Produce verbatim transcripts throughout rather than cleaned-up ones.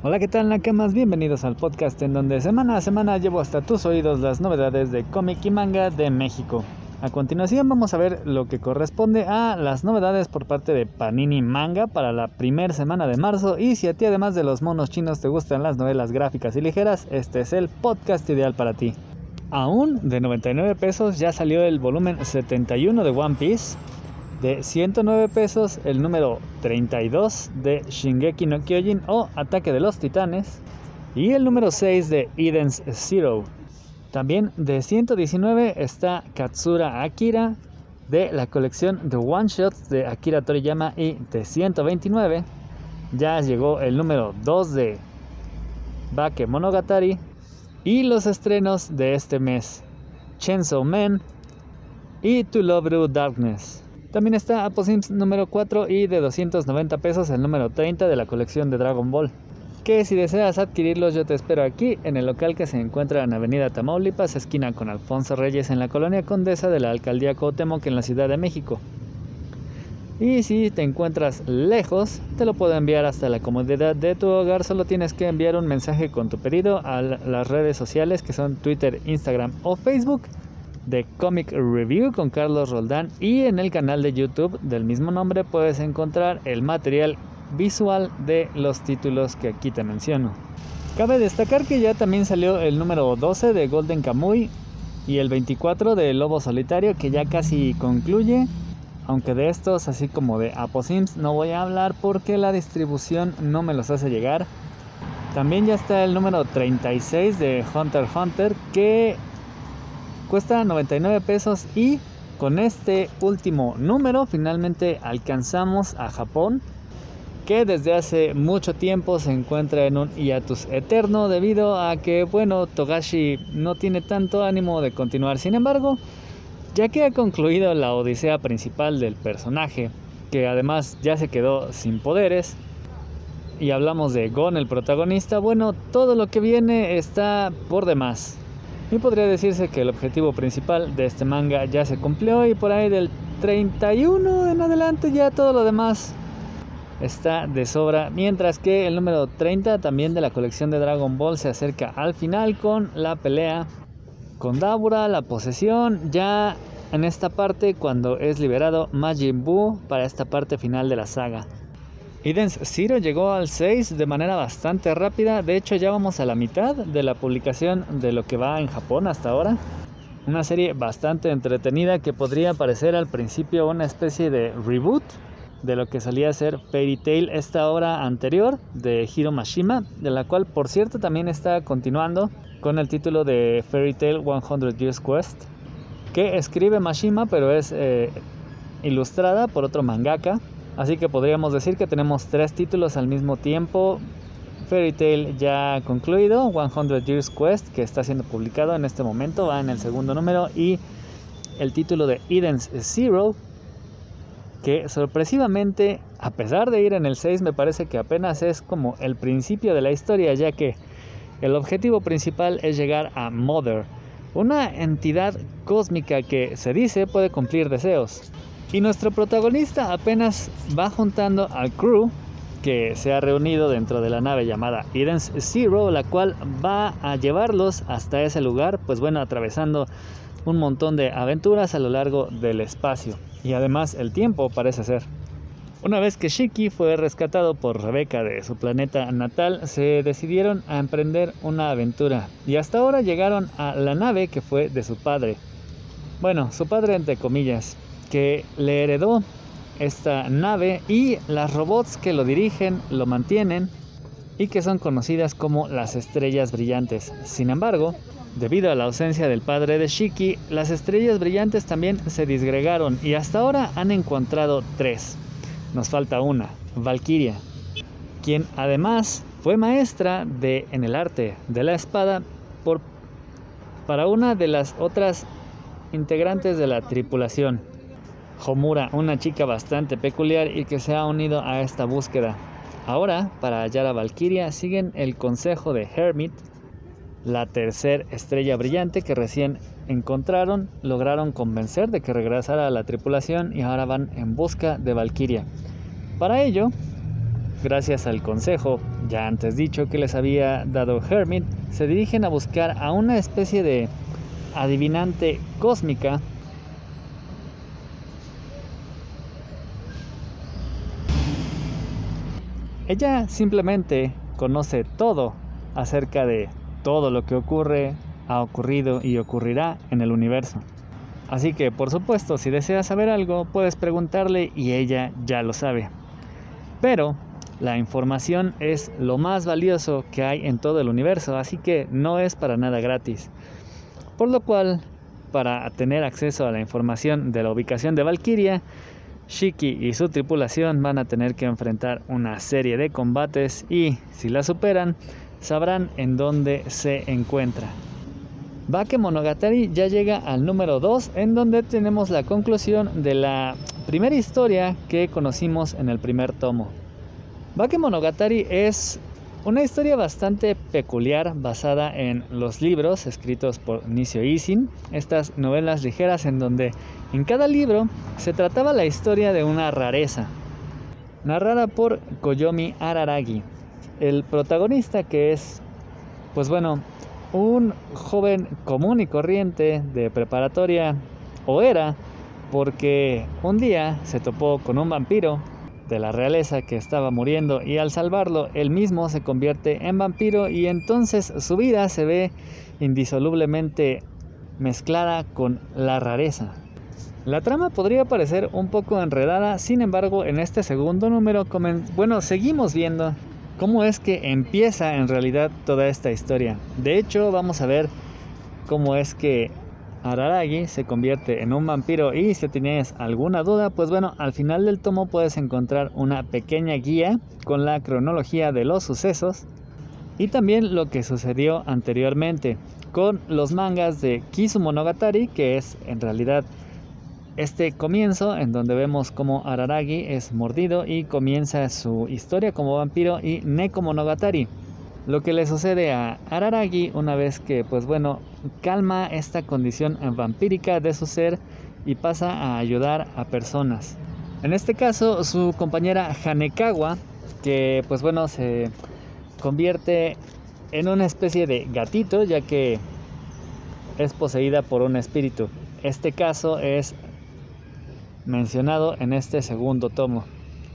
Hola, ¿qué tal, Nakamas? Bienvenidos al podcast en donde semana a semana llevo hasta tus oídos las novedades de cómic y manga de México. A continuación vamos a ver lo que corresponde a las novedades por parte de Panini Manga para la primera semana de marzo. Y si a ti, además de los monos chinos, te gustan las novelas gráficas y ligeras, este es el podcast ideal para ti. Aún de noventa y nueve pesos ya salió el volumen setenta y uno de One Piece. De ciento nueve pesos el número treinta y dos de Shingeki no Kyojin o Ataque de los Titanes. Y el número seis de Eden's Zero. También de ciento diecinueve está Katsura Akira de la colección de One Shots de Akira Toriyama. Y de ciento veintinueve ya llegó el número dos de Bake Monogatari. Y los estrenos de este mes: Chainsaw Man y To Love Through Darkness. También está Apo-Sims número cuatro y de doscientos noventa pesos el número treinta de la colección de Dragon Ball. Que si deseas adquirirlos, yo te espero aquí en el local que se encuentra en Avenida Tamaulipas, esquina con Alfonso Reyes, en la colonia Condesa de la Alcaldía Cuauhtémoc, en la Ciudad de México. Y si te encuentras lejos, te lo puedo enviar hasta la comodidad de tu hogar. Solo tienes que enviar un mensaje con tu pedido a las redes sociales que son Twitter, Instagram o Facebook de Comic Review con Carlos Roldán, y en el canal de YouTube del mismo nombre puedes encontrar el material visual de los títulos que aquí te menciono. Cabe destacar que ya también salió el número doce de Golden Kamuy y el veinticuatro de Lobo Solitario, que ya casi concluye, aunque de estos, así como de Apo-Sims, no voy a hablar porque la distribución no me los hace llegar. También ya está el número treinta y seis de Hunter x Hunter, que cuesta noventa y nueve pesos, y con este último número finalmente alcanzamos a Japón, que desde hace mucho tiempo se encuentra en un hiatus eterno debido a que, bueno, Togashi no tiene tanto ánimo de continuar. Sin embargo, ya que ha concluido la odisea principal del personaje, que además ya se quedó sin poderes, y hablamos de Gon, el protagonista, bueno, todo lo que viene está por demás. Y podría decirse que el objetivo principal de este manga ya se cumplió, y por ahí del treinta y uno en adelante ya todo lo demás está de sobra. Mientras que el número treinta también de la colección de Dragon Ball se acerca al final con la pelea con Dabura, la posesión, ya en esta parte cuando es liberado Majin Buu para esta parte final de la saga. Eden's Zero llegó al seis de manera bastante rápida. De hecho, ya vamos a la mitad de la publicación de lo que va en Japón hasta ahora. Una serie bastante entretenida que podría parecer al principio una especie de reboot de lo que solía ser Fairy Tail, esta obra anterior de Hiro Mashima, de la cual, por cierto, también está continuando con el título de Fairy Tail cien Years Quest, que escribe Mashima, pero es eh, ilustrada por otro mangaka. Así que podríamos decir que tenemos tres títulos al mismo tiempo. Fairy Tail ya concluido, cien Years Quest, que está siendo publicado en este momento, va en el segundo número, y el título de Eden's Zero, que sorpresivamente, a pesar de ir en el seis, me parece que apenas es como el principio de la historia, ya que el objetivo principal es llegar a Mother, una entidad cósmica que se dice puede cumplir deseos. Y nuestro protagonista apenas va juntando al crew que se ha reunido dentro de la nave llamada Eden's Zero, la cual va a llevarlos hasta ese lugar, pues bueno, atravesando un montón de aventuras a lo largo del espacio y además el tiempo, parece ser. Una vez que Shiki fue rescatado por Rebeca de su planeta natal, se decidieron a emprender una aventura y hasta ahora llegaron a la nave que fue de su padre. Bueno, su padre entre comillas, que le heredó esta nave y las robots que lo dirigen, lo mantienen y que son conocidas como las estrellas brillantes. Sin embargo, debido a la ausencia del padre de Shiki, las estrellas brillantes también se disgregaron y hasta ahora han encontrado tres. Nos falta una, Valkyria, quien además fue maestra de, en el arte de la espada por, para una de las otras integrantes de la tripulación, Homura, una chica bastante peculiar y que se ha unido a esta búsqueda. Ahora, para hallar a Valkyria, siguen el consejo de Hermit, la tercer estrella brillante que recién encontraron. Lograron convencer de que regresara a la tripulación y ahora van en busca de Valkyria. Para ello, gracias al consejo ya antes dicho que les había dado Hermit, se dirigen a buscar a una especie de adivinante cósmica Ella simplemente conoce todo acerca de todo lo que ocurre, ha ocurrido y ocurrirá en el universo. Así que, por supuesto, si deseas saber algo, puedes preguntarle y ella ya lo sabe. Pero la información es lo más valioso que hay en todo el universo, así que no es para nada gratis. Por lo cual, para tener acceso a la información de la ubicación de Valkyria, Shiki y su tripulación van a tener que enfrentar una serie de combates y, si la superan, sabrán en dónde se encuentra. Bakemonogatari ya llega al número dos, en donde tenemos la conclusión de la primera historia que conocimos en el primer tomo. Bakemonogatari es una historia bastante peculiar basada en los libros escritos por Nishio Isin, estas novelas ligeras en donde en cada libro se trataba la historia de una rareza, narrada por Koyomi Araragi, el protagonista que es, pues bueno, un joven común y corriente de preparatoria, o era, porque un día se topó con un vampiro de la realeza que estaba muriendo y al salvarlo él mismo se convierte en vampiro y entonces su vida se ve indisolublemente mezclada con la rareza. La trama podría parecer un poco enredada, sin embargo en este segundo número, comen- bueno, seguimos viendo cómo es que empieza en realidad toda esta historia. De hecho, vamos a ver cómo es que Araragi se convierte en un vampiro y si tienes alguna duda, pues bueno, al final del tomo puedes encontrar una pequeña guía con la cronología de los sucesos y también lo que sucedió anteriormente con los mangas de Kizumonogatari, que es en realidad este comienzo en donde vemos cómo Araragi es mordido y comienza su historia como vampiro, y Nekomonogatari, lo que le sucede a Araragi una vez que, pues bueno, calma esta condición vampírica de su ser y pasa a ayudar a personas. En este caso, su compañera Hanekawa, que pues bueno, se convierte en una especie de gatito, ya que es poseída por un espíritu. Este caso es mencionado en este segundo tomo.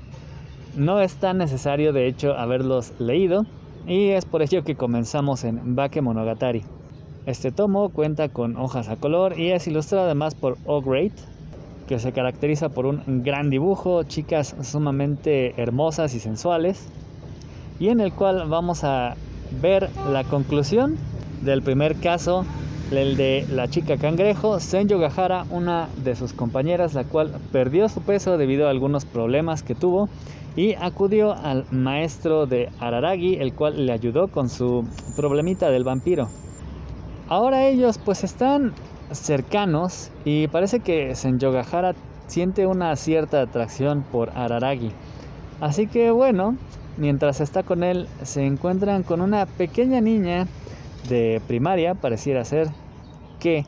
No es tan necesario, de hecho, haberlos leído, y es por ello que comenzamos en Bakemonogatari. Este tomo cuenta con hojas a color y es ilustrado además por O-Great, que se caracteriza por un gran dibujo, chicas sumamente hermosas y sensuales, y en el cual vamos a ver la conclusión del primer caso, el de la chica cangrejo, Senjo Gahara, una de sus compañeras, la cual perdió su peso debido a algunos problemas que tuvo y acudió al maestro de Araragi, el cual le ayudó con su problemita del vampiro. Ahora ellos pues están cercanos y parece que Senjo Gahara siente una cierta atracción por Araragi. Así que bueno, mientras está con él se encuentran con una pequeña niña de primaria, pareciera ser, que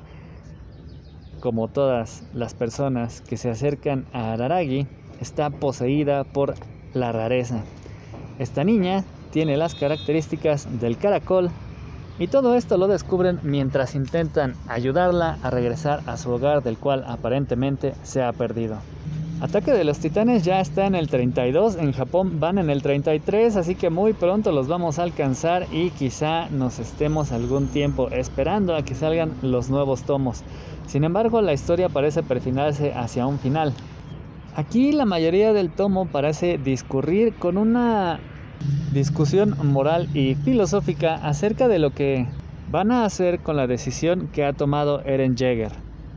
como todas las personas que se acercan a Araragi, está poseída por la rareza. Esta niña tiene las características del caracol y todo esto lo descubren mientras intentan ayudarla a regresar a su hogar, del cual aparentemente se ha perdido. Ataque de los Titanes ya está en el treinta y dos, en Japón van en el treinta y tres, así que muy pronto los vamos a alcanzar y quizá nos estemos algún tiempo esperando a que salgan los nuevos tomos. Sin embargo, la historia parece perfilarse hacia un final. Aquí la mayoría del tomo parece discurrir con una discusión moral y filosófica acerca de lo que van a hacer con la decisión que ha tomado Eren Yeager.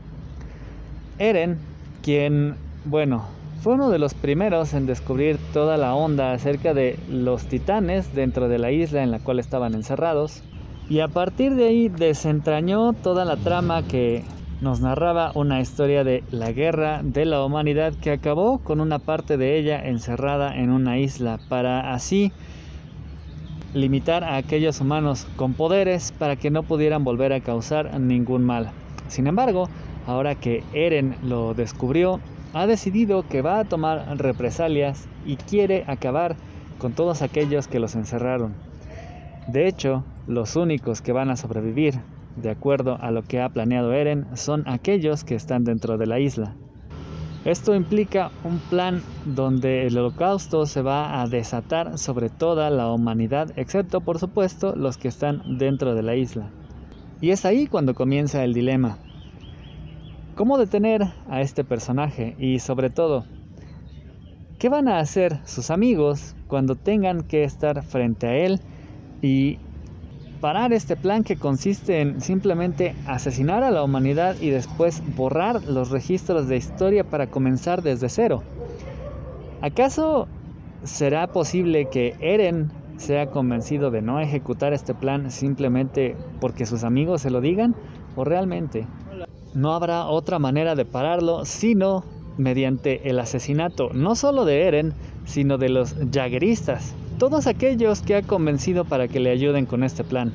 Eren, quien, bueno, fue uno de los primeros en descubrir toda la onda acerca de los titanes dentro de la isla en la cual estaban encerrados, y a partir de ahí desentrañó toda la trama que nos narraba una historia de la guerra de la humanidad que acabó con una parte de ella encerrada en una isla para así limitar a aquellos humanos con poderes para que no pudieran volver a causar ningún mal. Sin embargo, ahora que Eren lo descubrió, ha decidido que va a tomar represalias y quiere acabar con todos aquellos que los encerraron. De hecho, los únicos que van a sobrevivir, de acuerdo a lo que ha planeado Eren, son aquellos que están dentro de la isla. Esto implica un plan donde el holocausto se va a desatar sobre toda la humanidad, excepto por supuesto los que están dentro de la isla. Y es ahí cuando comienza el dilema. ¿Cómo detener a este personaje? Y sobre todo, ¿qué van a hacer sus amigos cuando tengan que estar frente a él y parar este plan que consiste en simplemente asesinar a la humanidad y después borrar los registros de historia para comenzar desde cero? ¿Acaso será posible que Eren sea convencido de no ejecutar este plan simplemente porque sus amigos se lo digan? ¿O realmente no habrá otra manera de pararlo sino mediante el asesinato no solo de Eren, sino de los jaegeristas? Todos aquellos que ha convencido para que le ayuden con este plan.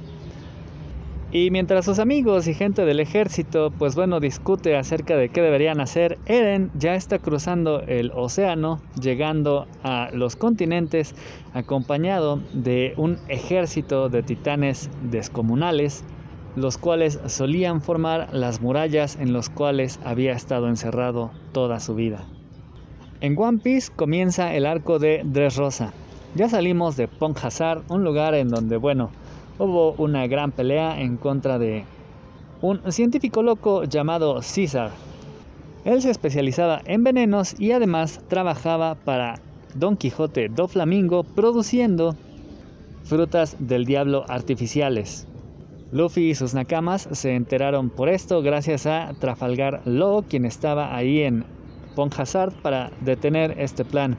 Y mientras sus amigos y gente del ejército, pues bueno, discute acerca de qué deberían hacer, Eren ya está cruzando el océano, llegando a los continentes, acompañado de un ejército de titanes descomunales, los cuales solían formar las murallas en los cuales había estado encerrado toda su vida. En One Piece comienza el arco de Dressrosa. Ya salimos de Pong Hazard, un lugar en donde, bueno, hubo una gran pelea en contra de un científico loco llamado Caesar. Él se especializaba en venenos y además trabajaba para Don Quijote do Flamingo produciendo frutas del diablo artificiales. Luffy y sus nakamas se enteraron por esto gracias a Trafalgar Law, quien estaba ahí en Pong Hazard para detener este plan.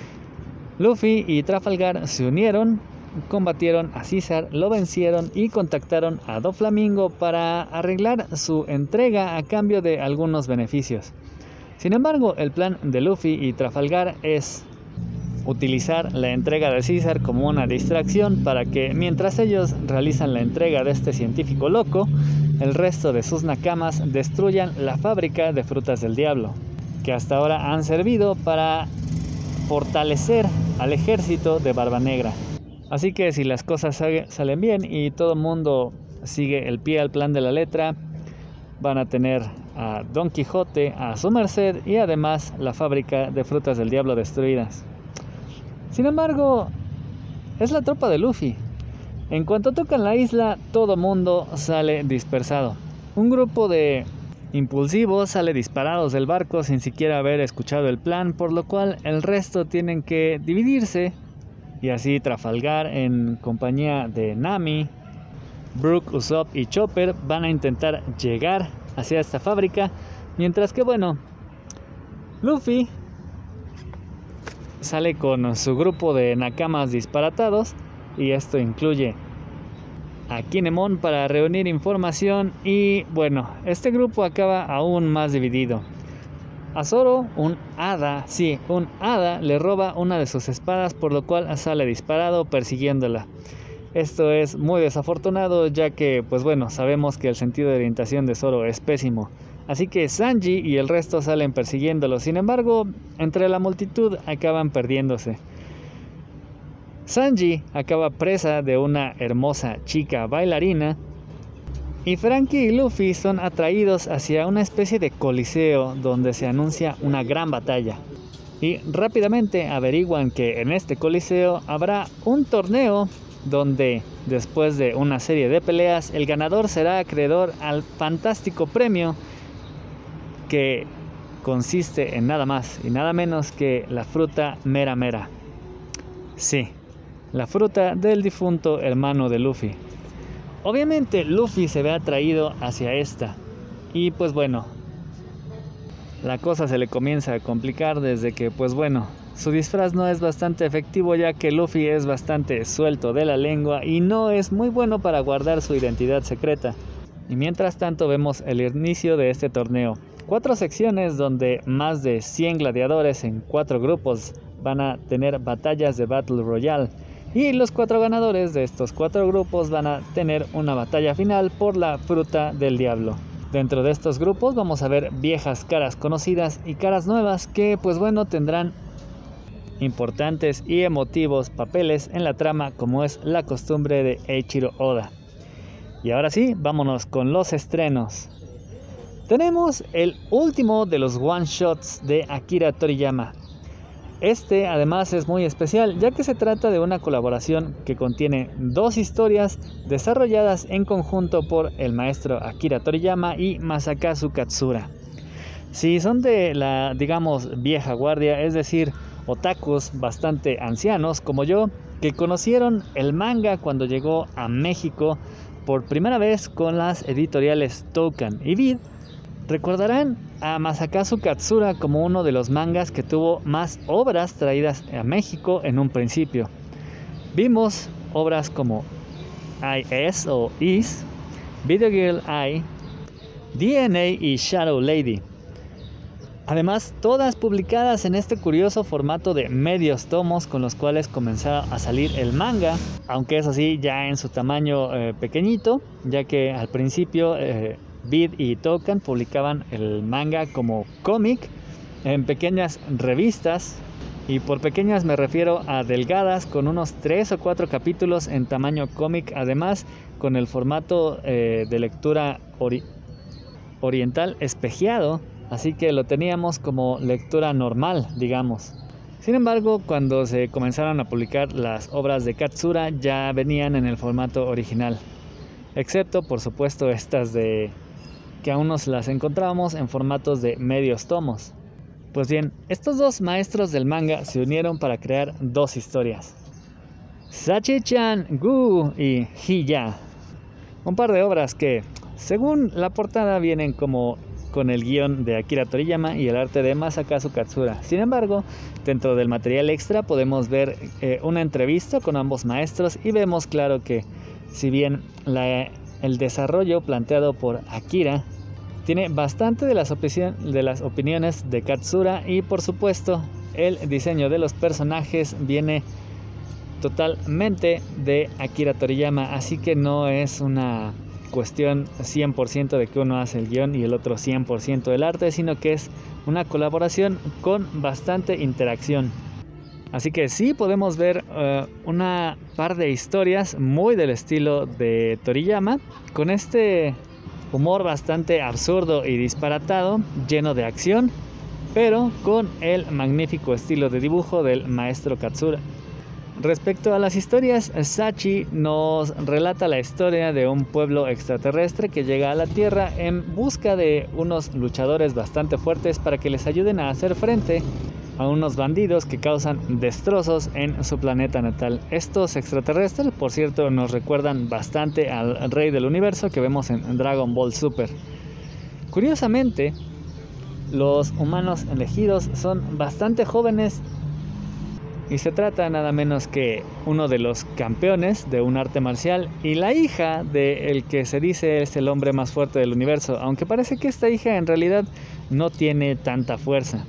Luffy y Trafalgar se unieron, combatieron a Caesar, lo vencieron y contactaron a Doflamingo para arreglar su entrega a cambio de algunos beneficios. Sin embargo, el plan de Luffy y Trafalgar es utilizar la entrega de Caesar como una distracción para que mientras ellos realizan la entrega de este científico loco, el resto de sus nakamas destruyan la fábrica de frutas del diablo, que hasta ahora han servido para fortalecer al ejército de Barba Negra. Así que si las cosas salen bien y todo el mundo sigue el pie al plan de la letra, van a tener a Don Quijote a su merced y además la fábrica de frutas del diablo destruidas. Sin embargo, es la tropa de Luffy. En cuanto tocan la isla, todo mundo sale dispersado. Un grupo de impulsivos sale disparados del barco sin siquiera haber escuchado el plan, por lo cual el resto tienen que dividirse. Y así Trafalgar, en compañía de Nami, Brook, Usopp y Chopper, van a intentar llegar hacia esta fábrica, mientras que bueno, Luffy sale con su grupo de nakamas disparatados, y esto incluye a Kinemon para reunir información. Y bueno, este grupo acaba aún más dividido. A Zoro, un hada, sí, un hada le roba una de sus espadas, por lo cual sale disparado persiguiéndola. Esto es muy desafortunado, ya que, pues bueno, sabemos que el sentido de orientación de Zoro es pésimo. Así que Sanji y el resto salen persiguiéndolo. Sin embargo, entre la multitud acaban perdiéndose. Sanji acaba presa de una hermosa chica bailarina, y Frankie y Luffy son atraídos hacia una especie de coliseo donde se anuncia una gran batalla. Y rápidamente averiguan que en este coliseo habrá un torneo donde, después de una serie de peleas, el ganador será acreedor al fantástico premio que consiste en nada más y nada menos que la fruta Mera Mera. Sí, la fruta del difunto hermano de Luffy. Obviamente Luffy se ve atraído hacia esta, y pues bueno, la cosa se le comienza a complicar desde que, pues bueno, su disfraz no es bastante efectivo, ya que Luffy es bastante suelto de la lengua y no es muy bueno para guardar su identidad secreta. Y mientras tanto vemos el inicio de este torneo. Cuatro secciones donde más de cien gladiadores en cuatro grupos van a tener batallas de Battle Royale. Y los cuatro ganadores de estos cuatro grupos van a tener una batalla final por la fruta del diablo. Dentro de estos grupos vamos a ver viejas caras conocidas y caras nuevas que, pues bueno, tendrán importantes y emotivos papeles en la trama como es la costumbre de Eiichiro Oda. Y ahora sí, vámonos con los estrenos. Tenemos el último de los one shots de Akira Toriyama. Este además es muy especial ya que se trata de una colaboración que contiene dos historias desarrolladas en conjunto por el maestro Akira Toriyama y Masakazu Katsura. Si son de la, digamos, vieja guardia, es decir, otakus bastante ancianos como yo, que conocieron el manga cuando llegó a México por primera vez con las editoriales Toucan y Vid, recordarán a Masakazu Katsura como uno de los mangas que tuvo más obras traídas a México en un principio. Vimos obras como I S o Is, Video Girl I, D N A y Shadow Lady. Además, todas publicadas en este curioso formato de medios tomos con los cuales comenzaba a salir el manga, aunque eso sí, ya en su tamaño eh, pequeñito, ya que al principio eh, Vid y Toucan publicaban el manga como cómic en pequeñas revistas, y por pequeñas me refiero a delgadas con unos tres o cuatro capítulos en tamaño cómic, además con el formato eh, de lectura ori- oriental espejeado. Así que lo teníamos como lectura normal, digamos. Sin embargo, cuando se comenzaron a publicar las obras de Katsura, ya venían en el formato original. Excepto, por supuesto, estas de que aún nos las encontrábamos en formatos de medios tomos. Pues bien, estos dos maestros del manga se unieron para crear dos historias. Sachi-chan Gu y Hiya. Un par de obras que, según la portada, vienen como con el guión de Akira Toriyama y el arte de Masakazu Katsura. Sin embargo, dentro del material extra podemos ver eh, una entrevista con ambos maestros y vemos claro que, si bien la, el desarrollo planteado por Akira tiene bastante de las, opinión, de las opiniones de Katsura, y por supuesto el diseño de los personajes viene totalmente de Akira Toriyama, así que no es una cuestión cien por ciento de que uno hace el guión y el otro cien por ciento del arte, sino que es una colaboración con bastante interacción. Así que sí podemos ver uh, una par de historias muy del estilo de Toriyama, con este humor bastante absurdo y disparatado, lleno de acción, pero con el magnífico estilo de dibujo del maestro Katsura. Respecto a las historias, Sachi nos relata la historia de un pueblo extraterrestre que llega a la Tierra en busca de unos luchadores bastante fuertes para que les ayuden a hacer frente a unos bandidos que causan destrozos en su planeta natal. Estos extraterrestres, por cierto, nos recuerdan bastante al Rey del Universo que vemos en Dragon Ball Super. Curiosamente, los humanos elegidos son bastante jóvenes, y se trata nada menos que uno de los campeones de un arte marcial y la hija del que se dice es el hombre más fuerte del universo, aunque parece que esta hija en realidad no tiene tanta fuerza.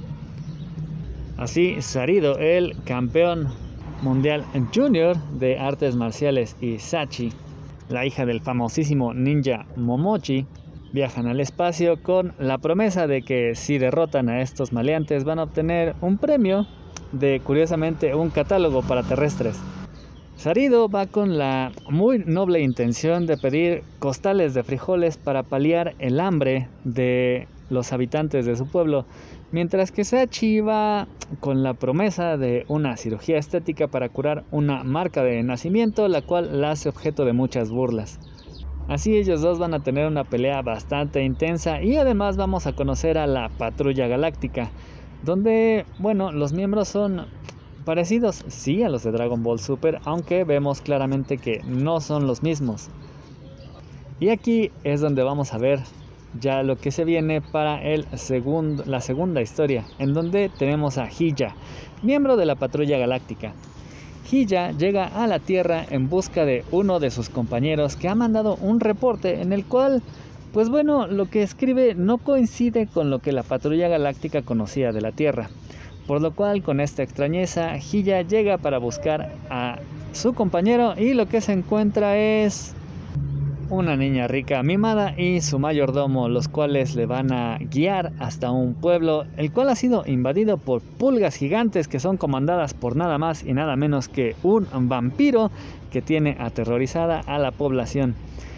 Así, Sarido, el campeón mundial junior de artes marciales, y Sachi, la hija del famosísimo ninja Momochi, viajan al espacio con la promesa de que si derrotan a estos maleantes van a obtener un premio de, curiosamente, un catálogo para terrestres. Sarido va con la muy noble intención de pedir costales de frijoles para paliar el hambre de los habitantes de su pueblo, mientras que Sachi va con la promesa de una cirugía estética para curar una marca de nacimiento, la cual la hace objeto de muchas burlas. Así ellos dos van a tener una pelea bastante intensa, y además vamos a conocer a la Patrulla Galáctica, donde, bueno, los miembros son parecidos, sí, a los de Dragon Ball Super, aunque vemos claramente que no son los mismos. Y aquí es donde vamos a ver ya lo que se viene para el segundo, la segunda historia, en donde tenemos a Hiya, miembro de la Patrulla Galáctica. Hiya llega a la Tierra en busca de uno de sus compañeros que ha mandado un reporte en el cual, pues bueno, lo que escribe no coincide con lo que la Patrulla Galáctica conocía de la Tierra, por lo cual con esta extrañeza Hiya llega para buscar a su compañero, y lo que se encuentra es una niña rica mimada y su mayordomo, los cuales le van a guiar hasta un pueblo, el cual ha sido invadido por pulgas gigantes que son comandadas por nada más y nada menos que un vampiro que tiene aterrorizada a la población.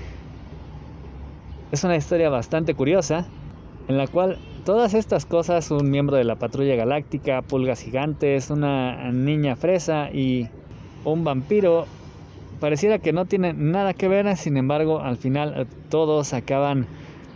Es una historia bastante curiosa, en la cual todas estas cosas, un miembro de la Patrulla Galáctica, pulgas gigantes, una niña fresa y un vampiro, pareciera que no tienen nada que ver. Sin embargo, al final todos acaban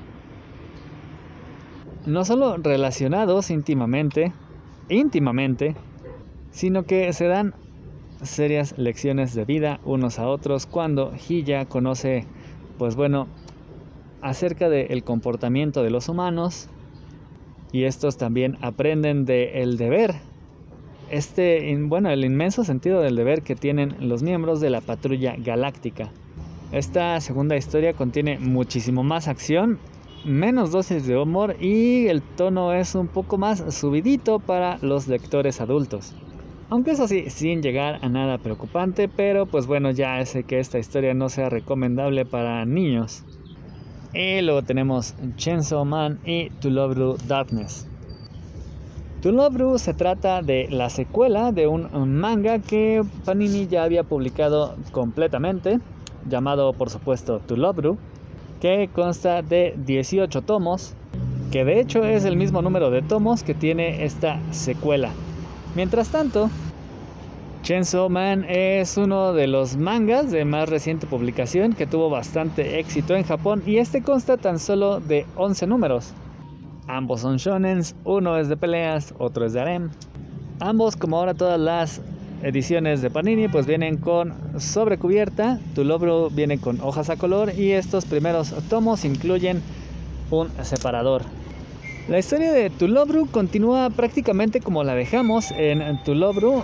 no solo relacionados íntimamente, íntimamente, sino que se dan serias lecciones de vida unos a otros cuando Hiya conoce, pues bueno, acerca del comportamiento de los humanos, y estos también aprenden del deber. Este, bueno, el inmenso sentido del deber que tienen los miembros de la Patrulla Galáctica. Esta segunda historia contiene muchísimo más acción, menos dosis de humor y el tono es un poco más subidito para los lectores adultos. Aunque eso sí, sin llegar a nada preocupante, pero pues bueno, ya sé que esta historia no sea recomendable para niños. Y luego tenemos Chainsaw Man y To Love Ru Darkness. To Love Ru se trata de la secuela de un manga que Panini ya había publicado completamente, llamado por supuesto To Love Ru, que consta de dieciocho tomos, que de hecho es el mismo número de tomos que tiene esta secuela. Mientras tanto, Chainsaw Man es uno de los mangas de más reciente publicación que tuvo bastante éxito en Japón y este consta tan solo de once números. Ambos son shonens, uno es de peleas, otro es de harem. Ambos, como ahora todas las ediciones de Panini, pues vienen con sobrecubierta. To Love Ru viene con hojas a color y estos primeros tomos incluyen un separador. La historia de To Love Ru continúa prácticamente como la dejamos en To Love Ru.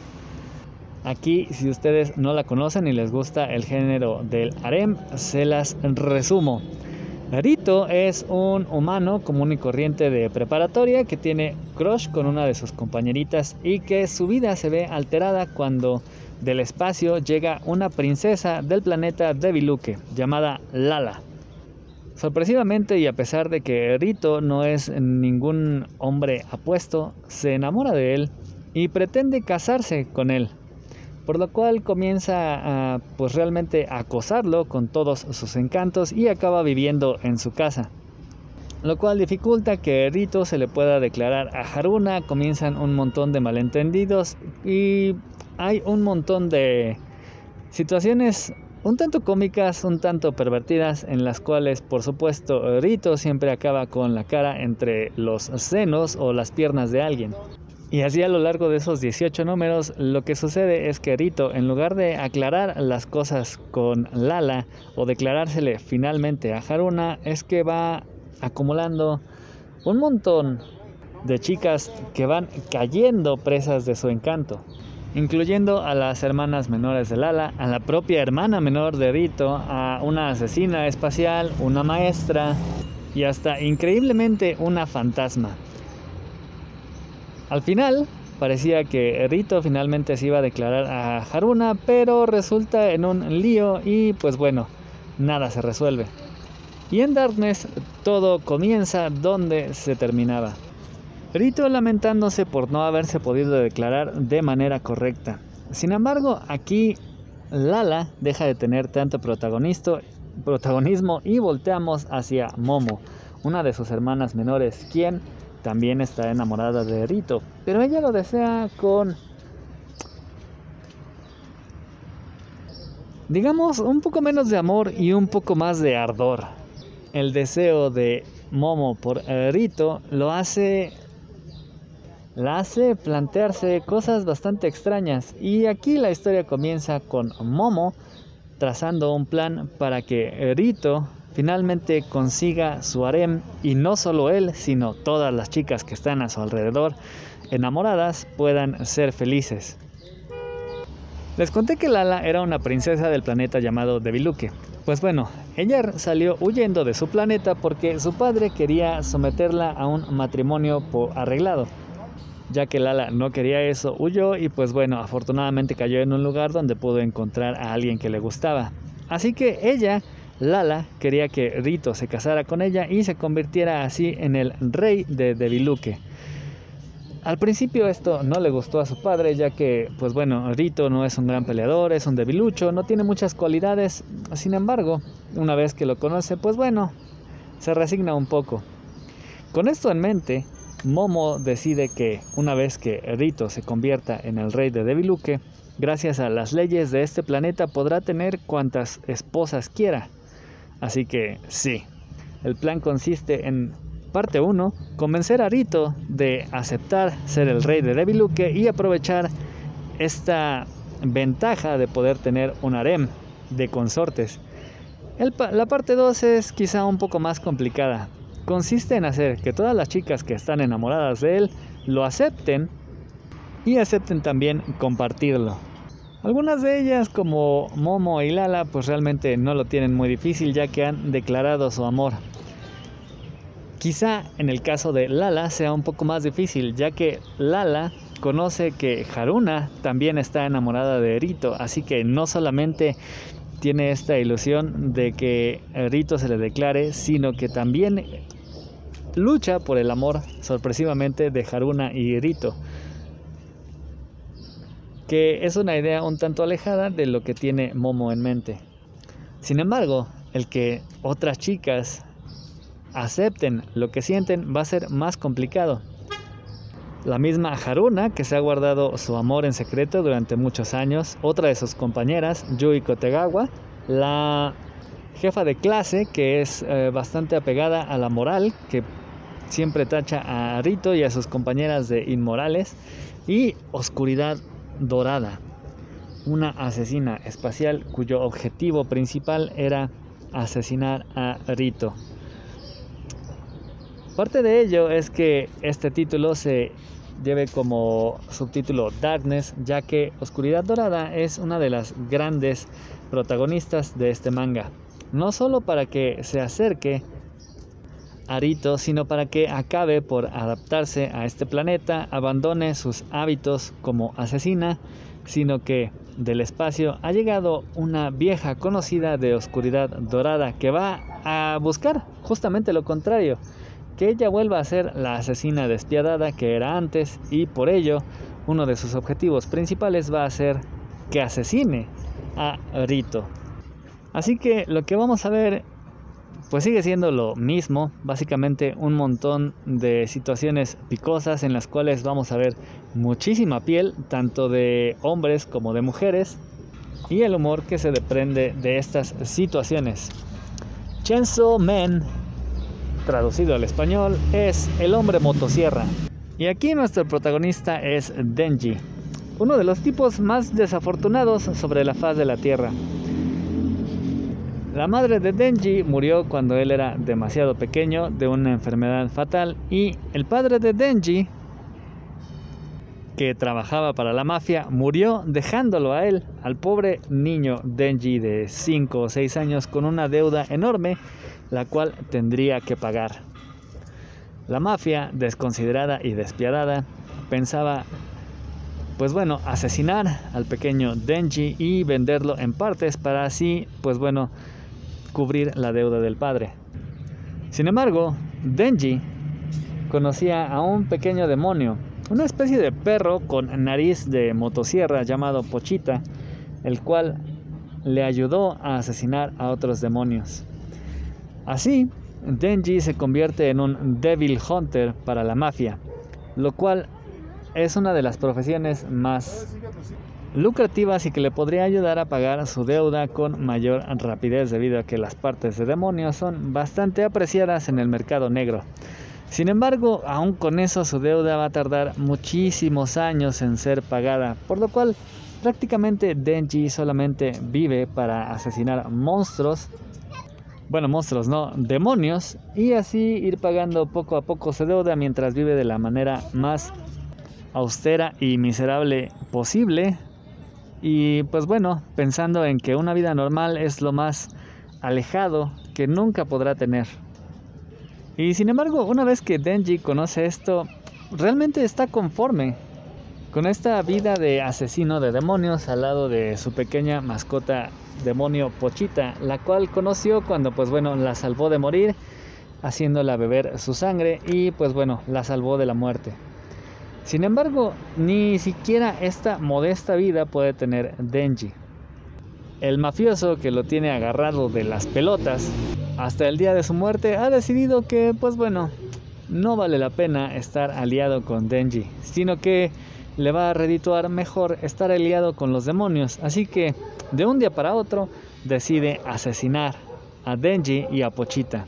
Aquí, si ustedes no la conocen y les gusta el género del harem, se las resumo. Rito es un humano común y corriente de preparatoria que tiene crush con una de sus compañeritas y que su vida se ve alterada cuando del espacio llega una princesa del planeta Deviluke llamada Lala. Sorpresivamente, y a pesar de que Rito no es ningún hombre apuesto, se enamora de él y pretende casarse con él, por lo cual comienza a pues realmente a acosarlo con todos sus encantos y acaba viviendo en su casa, lo cual dificulta que Rito se le pueda declarar a Haruna. Comienzan un montón de malentendidos y hay un montón de situaciones un tanto cómicas, un tanto pervertidas, en las cuales por supuesto Rito siempre acaba con la cara entre los senos o las piernas de alguien. Y así a lo largo de esos dieciocho números, lo que sucede es que Rito, en lugar de aclarar las cosas con Lala o declarársele finalmente a Haruna, es que va acumulando un montón de chicas que van cayendo presas de su encanto, incluyendo a las hermanas menores de Lala, a la propia hermana menor de Rito, a una asesina espacial, una maestra y hasta increíblemente una fantasma. Al final, parecía que Rito finalmente se iba a declarar a Haruna, pero resulta en un lío y pues bueno, nada se resuelve. Y en Darkness todo comienza donde se terminaba. Rito lamentándose por no haberse podido declarar de manera correcta. Sin embargo, aquí Lala deja de tener tanto protagonismo y volteamos hacia Momo, una de sus hermanas menores, quien también está enamorada de Rito, pero ella lo desea con, digamos, un poco menos de amor y un poco más de ardor. El deseo de Momo por Rito lo hace, la hace plantearse cosas bastante extrañas, y aquí la historia comienza con Momo trazando un plan para que Rito finalmente consiga su harem, y no solo él, sino todas las chicas que están a su alrededor enamoradas puedan ser felices. Les conté que Lala era una princesa del planeta llamado Deviluke. Pues bueno, ella salió huyendo de su planeta porque su padre quería someterla a un matrimonio arreglado. Ya que Lala no quería eso, huyó y pues bueno, afortunadamente cayó en un lugar donde pudo encontrar a alguien que le gustaba. Así que ella Lala quería que Rito se casara con ella y se convirtiera así en el rey de Deviluque. Al principio esto no le gustó a su padre, ya que, pues bueno, Rito no es un gran peleador, es un debilucho, no tiene muchas cualidades. Sin embargo, una vez que lo conoce, pues bueno, se resigna un poco. Con esto en mente, Momo decide que una vez que Rito se convierta en el rey de Deviluque, gracias a las leyes de este planeta podrá tener cuantas esposas quiera. Así que sí, el plan consiste en, parte uno, convencer a Rito de aceptar ser el rey de Deviluque y aprovechar esta ventaja de poder tener un harem de consortes. El, la parte dos es quizá un poco más complicada. Consiste en hacer que todas las chicas que están enamoradas de él lo acepten y acepten también compartirlo. Algunas de ellas, como Momo y Lala, pues realmente no lo tienen muy difícil, ya que han declarado su amor. Quizá en el caso de Lala sea un poco más difícil, ya que Lala conoce que Haruna también está enamorada de Rito, así que no solamente tiene esta ilusión de que Rito se le declare, sino que también lucha por el amor sorpresivamente de Haruna y Rito, que es una idea un tanto alejada de lo que tiene Momo en mente. Sin embargo, el que otras chicas acepten lo que sienten va a ser más complicado. La misma Haruna, que se ha guardado su amor en secreto durante muchos años, otra de sus compañeras, Yuiko Tegawa, la jefa de clase, que es eh, bastante apegada a la moral, que siempre tacha a Rito y a sus compañeras de inmorales, y Oscuridad Dorada, una asesina espacial cuyo objetivo principal era asesinar a Rito. Parte de ello es que este título se lleve como subtítulo Darkness, ya que Oscuridad Dorada es una de las grandes protagonistas de este manga. No solo para que se acerque a Rito, sino para que acabe por adaptarse a este planeta, abandone sus hábitos como asesina, sino que del espacio ha llegado una vieja conocida de Oscuridad Dorada que va a buscar justamente lo contrario, que ella vuelva a ser la asesina despiadada que era antes, y por ello uno de sus objetivos principales va a ser que asesine a Rito. Así que lo que vamos a ver pues sigue siendo lo mismo, básicamente un montón de situaciones picosas en las cuales vamos a ver muchísima piel, tanto de hombres como de mujeres, y el humor que se desprende de estas situaciones. Chainsaw Man, traducido al español, es el hombre motosierra. Y aquí nuestro protagonista es Denji, uno de los tipos más desafortunados sobre la faz de la Tierra. La madre de Denji murió cuando él era demasiado pequeño de una enfermedad fatal, y el padre de Denji, que trabajaba para la mafia, murió dejándolo a él, al pobre niño Denji de cinco o seis años, con una deuda enorme, la cual tendría que pagar. La mafia, desconsiderada y despiadada, pensaba, pues bueno, asesinar al pequeño Denji y venderlo en partes para así, pues bueno, cubrir la deuda del padre. Sin embargo, Denji conocía a un pequeño demonio, una especie de perro con nariz de motosierra llamado Pochita, el cual le ayudó a asesinar a otros demonios. Así, Denji se convierte en un Devil Hunter para la mafia, lo cual es una de las profesiones más lucrativas y que le podría ayudar a pagar su deuda con mayor rapidez, debido a que las partes de demonios son bastante apreciadas en el mercado negro. Sin embargo, aún con eso su deuda va a tardar muchísimos años en ser pagada, por lo cual prácticamente Denji solamente vive para asesinar monstruos, bueno, monstruos no, demonios, y así ir pagando poco a poco su deuda mientras vive de la manera más austera y miserable posible. Y pues bueno, pensando en que una vida normal es lo más alejado que nunca podrá tener. Y sin embargo, una vez que Denji conoce esto, realmente está conforme Con esta vida de asesino de demonios al lado de su pequeña mascota demonio Pochita, la cual conoció cuando pues bueno la salvó de morir, haciéndola beber su sangre y pues bueno la salvó de la muerte. Sin embargo, ni siquiera esta modesta vida puede tener Denji. El mafioso que lo tiene agarrado de las pelotas hasta el día de su muerte ha decidido que pues bueno no vale la pena estar aliado con Denji, sino que le va a redituar mejor estar aliado con los demonios. Así que de un día para otro decide asesinar a Denji y a Pochita.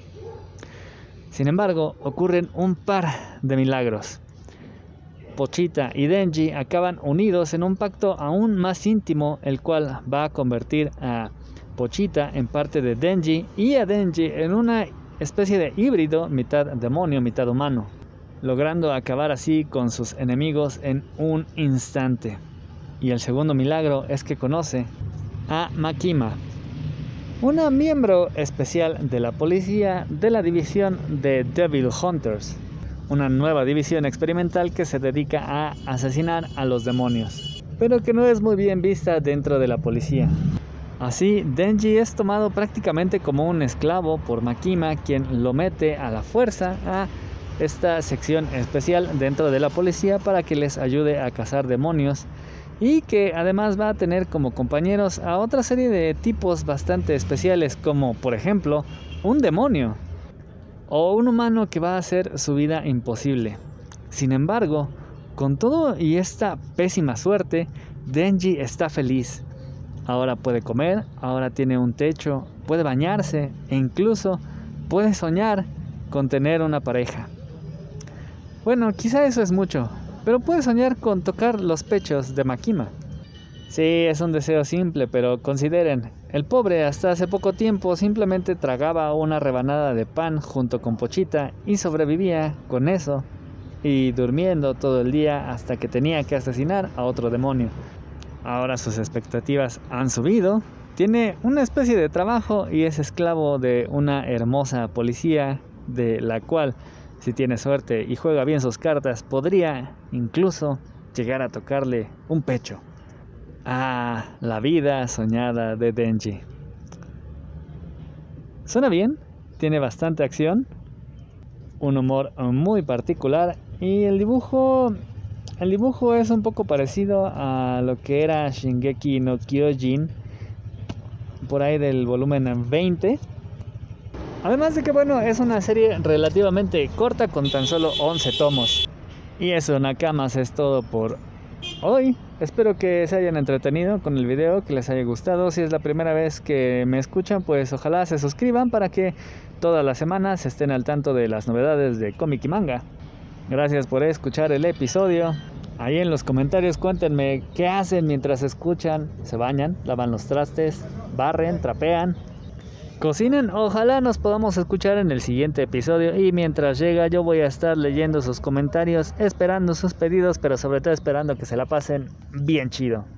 Sin embargo, ocurren un par de milagros. Pochita y Denji acaban unidos en un pacto aún más íntimo, el cual va a convertir a Pochita en parte de Denji y a Denji en una especie de híbrido, mitad demonio, mitad humano, logrando acabar así con sus enemigos en un instante. Y el segundo milagro es que conoce a Makima, una miembro especial de la policía de la división de Devil Hunters, una nueva división experimental que se dedica a asesinar a los demonios, pero que no es muy bien vista dentro de la policía. Así, Denji es tomado prácticamente como un esclavo por Makima, quien lo mete a la fuerza a esta sección especial dentro de la policía para que les ayude a cazar demonios, y que además va a tener como compañeros a otra serie de tipos bastante especiales, como por ejemplo un demonio o un humano que va a hacer su vida imposible. Sin embargo, con todo y esta pésima suerte, Denji está feliz. Ahora puede comer, ahora tiene un techo, puede bañarse e incluso puede soñar con tener una pareja. Bueno, quizá eso es mucho, pero puede soñar con tocar los pechos de Makima. Sí, es un deseo simple, pero consideren, el pobre hasta hace poco tiempo simplemente tragaba una rebanada de pan junto con Pochita y sobrevivía con eso y durmiendo todo el día hasta que tenía que asesinar a otro demonio. Ahora sus expectativas han subido, tiene una especie de trabajo y es esclavo de una hermosa policía de la cual, si tiene suerte y juega bien sus cartas, podría incluso llegar a tocarle un pecho. Ah, la vida soñada de Denji. Suena bien, tiene bastante acción, un humor muy particular y el dibujo, el dibujo es un poco parecido a lo que era Shingeki no Kyojin, por ahí del volumen veinte. Además de que bueno, es una serie relativamente corta con tan solo once tomos. Y eso, nakamas, es todo por hoy. Espero que se hayan entretenido con el video, que les haya gustado. Si es la primera vez que me escuchan, pues ojalá se suscriban para que todas las semanas estén al tanto de las novedades de cómic y manga. Gracias por escuchar el episodio. Ahí en los comentarios cuéntenme qué hacen mientras escuchan. ¿Se bañan? ¿Lavan los trastes? ¿Barren? ¿Trapean? ¿Cocinan? Ojalá nos podamos escuchar en el siguiente episodio, y mientras llega yo voy a estar leyendo sus comentarios, esperando sus pedidos, pero sobre todo esperando que se la pasen bien chido.